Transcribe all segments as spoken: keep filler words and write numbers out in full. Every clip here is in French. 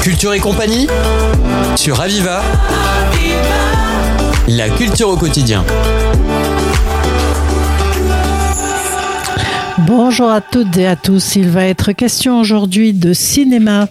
Culture et compagnie sur Aviva. La culture au quotidien. Bonjour à toutes et à tous. Il va être question aujourd'hui de cinéma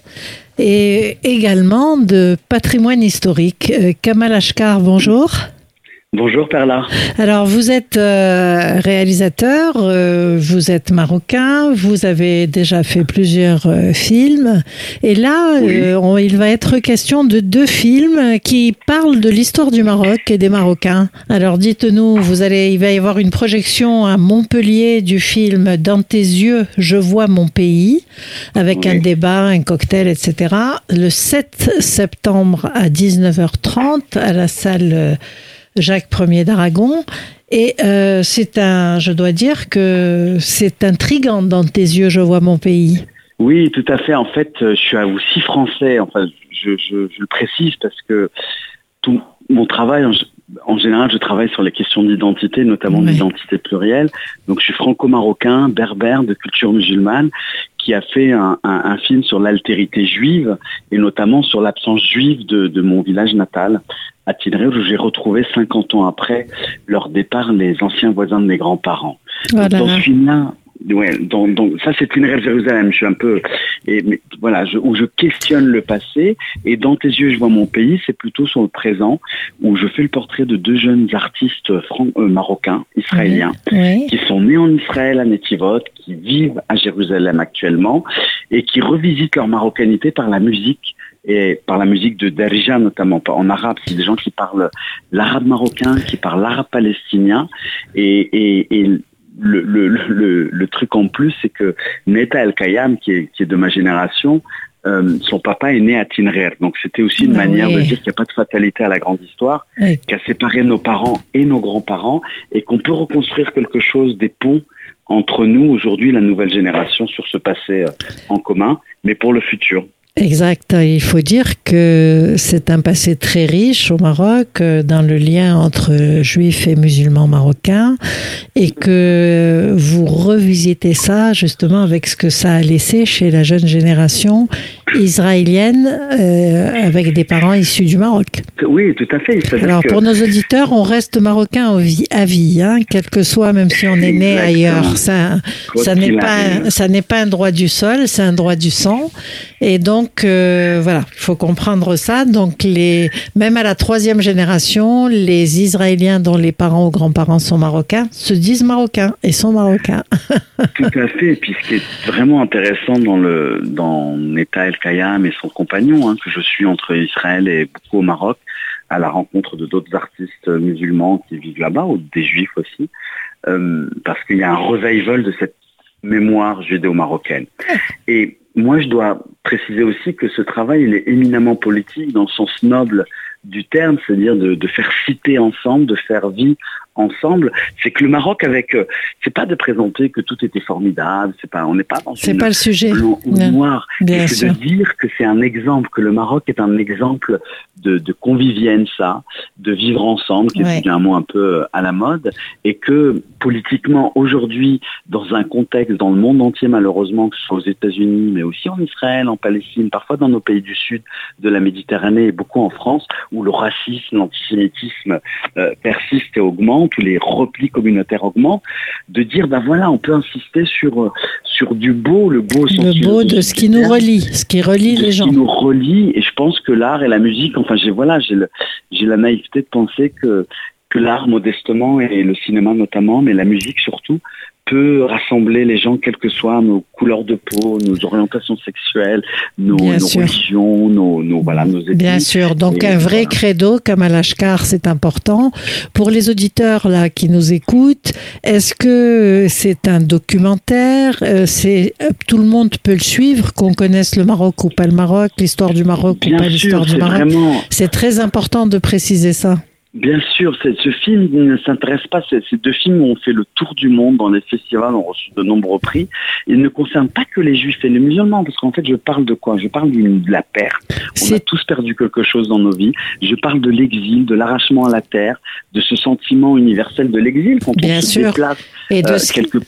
et également de patrimoine historique. Kamal Ashkar, bonjour. Bonjour Perla. Alors vous êtes euh, réalisateur, euh, vous êtes marocain, vous avez déjà fait plusieurs euh, films et là oui. euh, on, il va être question de deux films qui parlent de l'histoire du Maroc et des Marocains. Alors dites-nous, vous allez, il va y avoir une projection à Montpellier du film Dans tes yeux, je vois mon pays, avec oui. un débat, un cocktail, et cetera. Le sept septembre à dix-neuf heures trente à la salle euh, Jacques Ier d'Aragon. Et euh, c'est un, je dois dire que c'est intriguant. Dans tes yeux, je vois mon pays. Oui, tout à fait. En fait, je suis aussi français. Enfin, je, je, je le précise parce que tout mon travail, en, en général, je travaille sur les questions d'identité, notamment oui. d'identité plurielle. Donc, je suis franco-marocain, berbère, de culture musulmane, qui a fait un, un, un film sur l'altérité juive et notamment sur l'absence juive de, de mon village natal, à Tinrez, où j'ai retrouvé cinquante ans après leur départ les anciens voisins de mes grands-parents. Voilà. Dans ce film-là, ouais, dans, dans, ça c'est Tinrez Jérusalem, je suis un peu, et, mais, voilà, je, où je questionne le passé, et dans tes yeux je vois mon pays, c'est plutôt sur le présent, où je fais le portrait de deux jeunes artistes franc, euh, marocains, israéliens, oui. Oui. qui sont nés en Israël à Netivot, qui vivent à Jérusalem actuellement, et qui revisitent leur marocanité par la musique, et par la musique de Darija notamment, en arabe. C'est des gens qui parlent l'arabe marocain, qui parlent l'arabe palestinien. Et, et, et le, le, le, le truc en plus, c'est que Neta El Kayam, qui est, qui est de ma génération, euh, son papa est né à Tinrez. Donc c'était aussi une ah manière oui. de dire qu'il n'y a pas de fatalité à la grande histoire, oui. qui a séparé nos parents et nos grands-parents, et qu'on peut reconstruire quelque chose, des ponts entre nous, aujourd'hui, la nouvelle génération, sur ce passé en commun, mais pour le futur. Exact. Il faut dire que c'est un passé très riche au Maroc dans le lien entre juifs et musulmans marocains et que vous revisitez ça justement avec ce que ça a laissé chez la jeune génération israélienne euh, avec des parents issus du Maroc. Oui, tout à fait. Alors que... pour nos auditeurs, on reste marocain à vie, hein, quel que soit, même si on est né Exactement. ailleurs. Ça, ça n'est pas, ça n'est pas un droit du sol, c'est un droit du sang. Et donc, euh, voilà, il faut comprendre ça. Donc, les, même à la troisième génération, les Israéliens dont les parents ou grands-parents sont marocains se disent marocains et sont marocains. Tout à fait. Et puis, ce qui est vraiment intéressant dans le dans Neta El Kayam et son compagnon, hein, que je suis entre Israël et beaucoup au Maroc, à la rencontre de d'autres artistes musulmans qui vivent là-bas, ou des juifs aussi, euh, parce qu'il y a un revival de cette mémoire judéo-marocaine. Et moi, je dois préciser aussi que ce travail, il est éminemment politique dans le sens noble du terme, c'est-à-dire de, de faire citer ensemble, de faire vie ensemble. C'est que le Maroc, avec, euh, c'est pas de présenter que tout était formidable, c'est pas, on n'est pas dans c'est une pas le sujet blanc ou non. noir. Bien c'est sûr. de dire que c'est un exemple, que le Maroc est un exemple de, de convivienza, de vivre ensemble, qui ouais. est un mot un peu à la mode, et que politiquement aujourd'hui, dans un contexte dans le monde entier malheureusement, que ce soit aux États-Unis, mais aussi en Israël, en Palestine, parfois dans nos pays du sud de la Méditerranée et beaucoup en France, où le racisme, l'antisémitisme euh, persiste et augmente, où les replis communautaires augmentent, de dire ben voilà, on peut insister sur sur du beau, le beau, le beau de ce qui nous relie, ce qui relie les gens, ce qui nous relie. Et je pense que l'art et la musique, enfin j'ai voilà, j'ai le, j'ai la naïveté de penser que que l'art modestement et le cinéma notamment, mais la musique surtout, peut rassembler les gens, quelles que soient nos couleurs de peau, nos orientations sexuelles, nos, nos religions, nos, nos, voilà, nos ethnies. Bien sûr. Donc, et un vrai voilà. credo, Kamal Ashkar, c'est important. Pour les auditeurs là qui nous écoutent, est-ce que c'est un documentaire? C'est, tout le monde peut le suivre, qu'on connaisse le Maroc ou pas le Maroc, l'histoire du Maroc Bien ou pas sûr, l'histoire du Maroc? Vraiment... C'est très important de préciser ça. Bien sûr, c'est, ce film ne s'intéresse pas, c'est, ces deux films ont fait le tour du monde dans les festivals, ont reçu de nombreux prix. Ils ne concernent pas que les juifs et les musulmans, parce qu'en fait, je parle de quoi? Je parle de la perte. On a tous perdu quelque chose dans nos vies. Je parle de l'exil, de l'arrachement à la terre, de ce sentiment universel de l'exil quand Bien on se sûr. déplace et de euh, ce quelque part.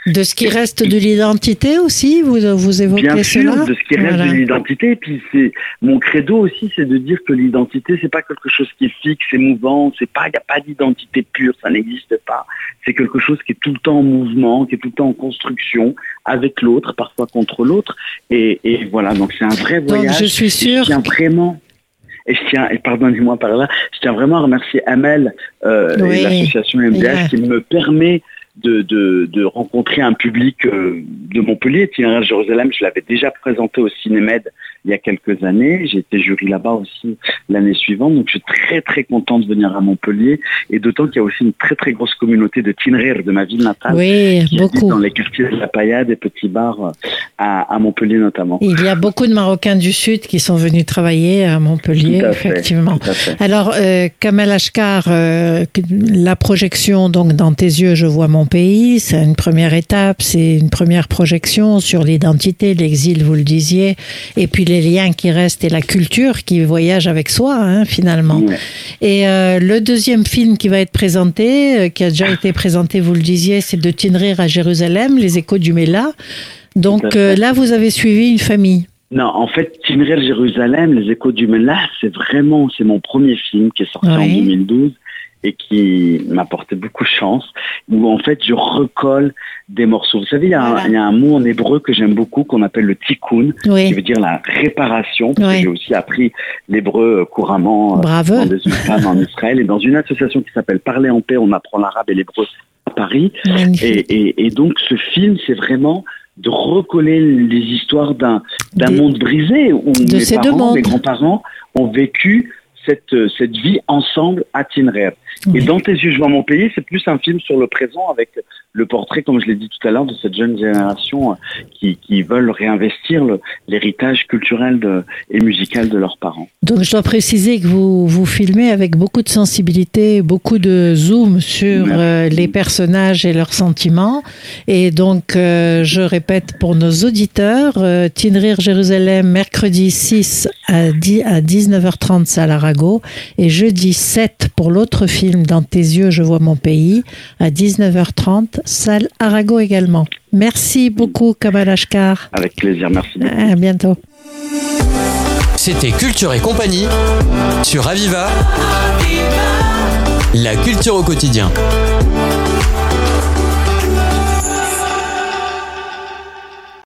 De ce qui reste de l'identité aussi, vous, vous évoquez Bien sûr, cela de ce qui reste voilà. de l'identité. Et puis c'est mon credo aussi, c'est de dire que l'identité, c'est pas quelque chose qui est fixe, c'est mouvant. C'est pas, il n'y a pas d'identité pure, ça n'existe pas. C'est quelque chose qui est tout le temps en mouvement, qui est tout le temps en construction avec l'autre, parfois contre l'autre. Et, et voilà, donc c'est un vrai voyage. Donc je suis sûre. Je tiens vraiment. Et je tiens, et pardonnez-moi par là, je tiens vraiment à remercier Amel euh, oui. et l'association M D H yeah. qui me permet de, de, de rencontrer un public euh, de Montpellier. Itinéraire Jérusalem, je l'avais déjà présenté au Cinémed il y a quelques années. J'ai été jury là-bas aussi l'année suivante. Donc, je suis très, très content de venir à Montpellier. Et d'autant qu'il y a aussi une très, très grosse communauté de Tinrir, de ma ville natale. Oui, qui beaucoup. Dans les quartiers de la Paillade, des petits bars à, à Montpellier notamment. Il y a beaucoup de Marocains du Sud qui sont venus travailler à Montpellier, Tout à fait, effectivement. tout à fait. Alors, euh, Kamel Ashkar, euh, la projection, donc, dans tes yeux, je vois mon pays, c'est une première étape, c'est une première projection sur l'identité, l'exil, vous le disiez, et puis les liens qui restent et la culture qui voyage avec soi, hein, finalement. Ouais. Et euh, le deuxième film qui va être présenté, euh, qui a déjà été présenté, vous le disiez, c'est de Tinrir à Jérusalem, Les Échos du Mela. Donc euh, là, vous avez suivi une famille. Non, en fait, Tinrir Jérusalem, Les Échos du Mela, c'est vraiment, c'est mon premier film qui est sorti oui. en deux mille douze. Et qui m'a apporté beaucoup de chance, où en fait je recolle des morceaux. Vous savez, il y a, voilà. un, il y a un mot en hébreu que j'aime beaucoup, qu'on appelle le tikkun, oui. qui veut dire la réparation, parce oui. que j'ai aussi appris l'hébreu couramment Bravo. dans des femmes en Israël, et dans une association qui s'appelle Parler en paix, on apprend l'arabe et l'hébreu à Paris. Et, et, et donc ce film, c'est vraiment de recoller les histoires d'un, d'un des... monde brisé, où de mes ces parents, deux mondes. mes grands-parents ont vécu cette, cette vie ensemble à Tinrir. Oui. Et dans tes yeux, je vois mon pays, c'est plus un film sur le présent avec le portrait, comme je l'ai dit tout à l'heure, de cette jeune génération qui, qui veulent réinvestir le, l'héritage culturel de, et musical de leurs parents. Donc je dois préciser que vous, vous filmez avec beaucoup de sensibilité, beaucoup de zoom sur euh, les personnages et leurs sentiments. Et donc, euh, je répète pour nos auditeurs, euh, Tinrir Jérusalem, mercredi six à, dix, à dix-neuf heures trente, salle Arago, et jeudi sept pour l'autre film, Dans tes yeux, je vois mon pays, à dix-neuf heures trente, salle Arago également. Merci beaucoup, Kamel Ashkar. Avec plaisir, merci beaucoup. À bientôt. C'était Culture et compagnie sur Aviva, la culture au quotidien.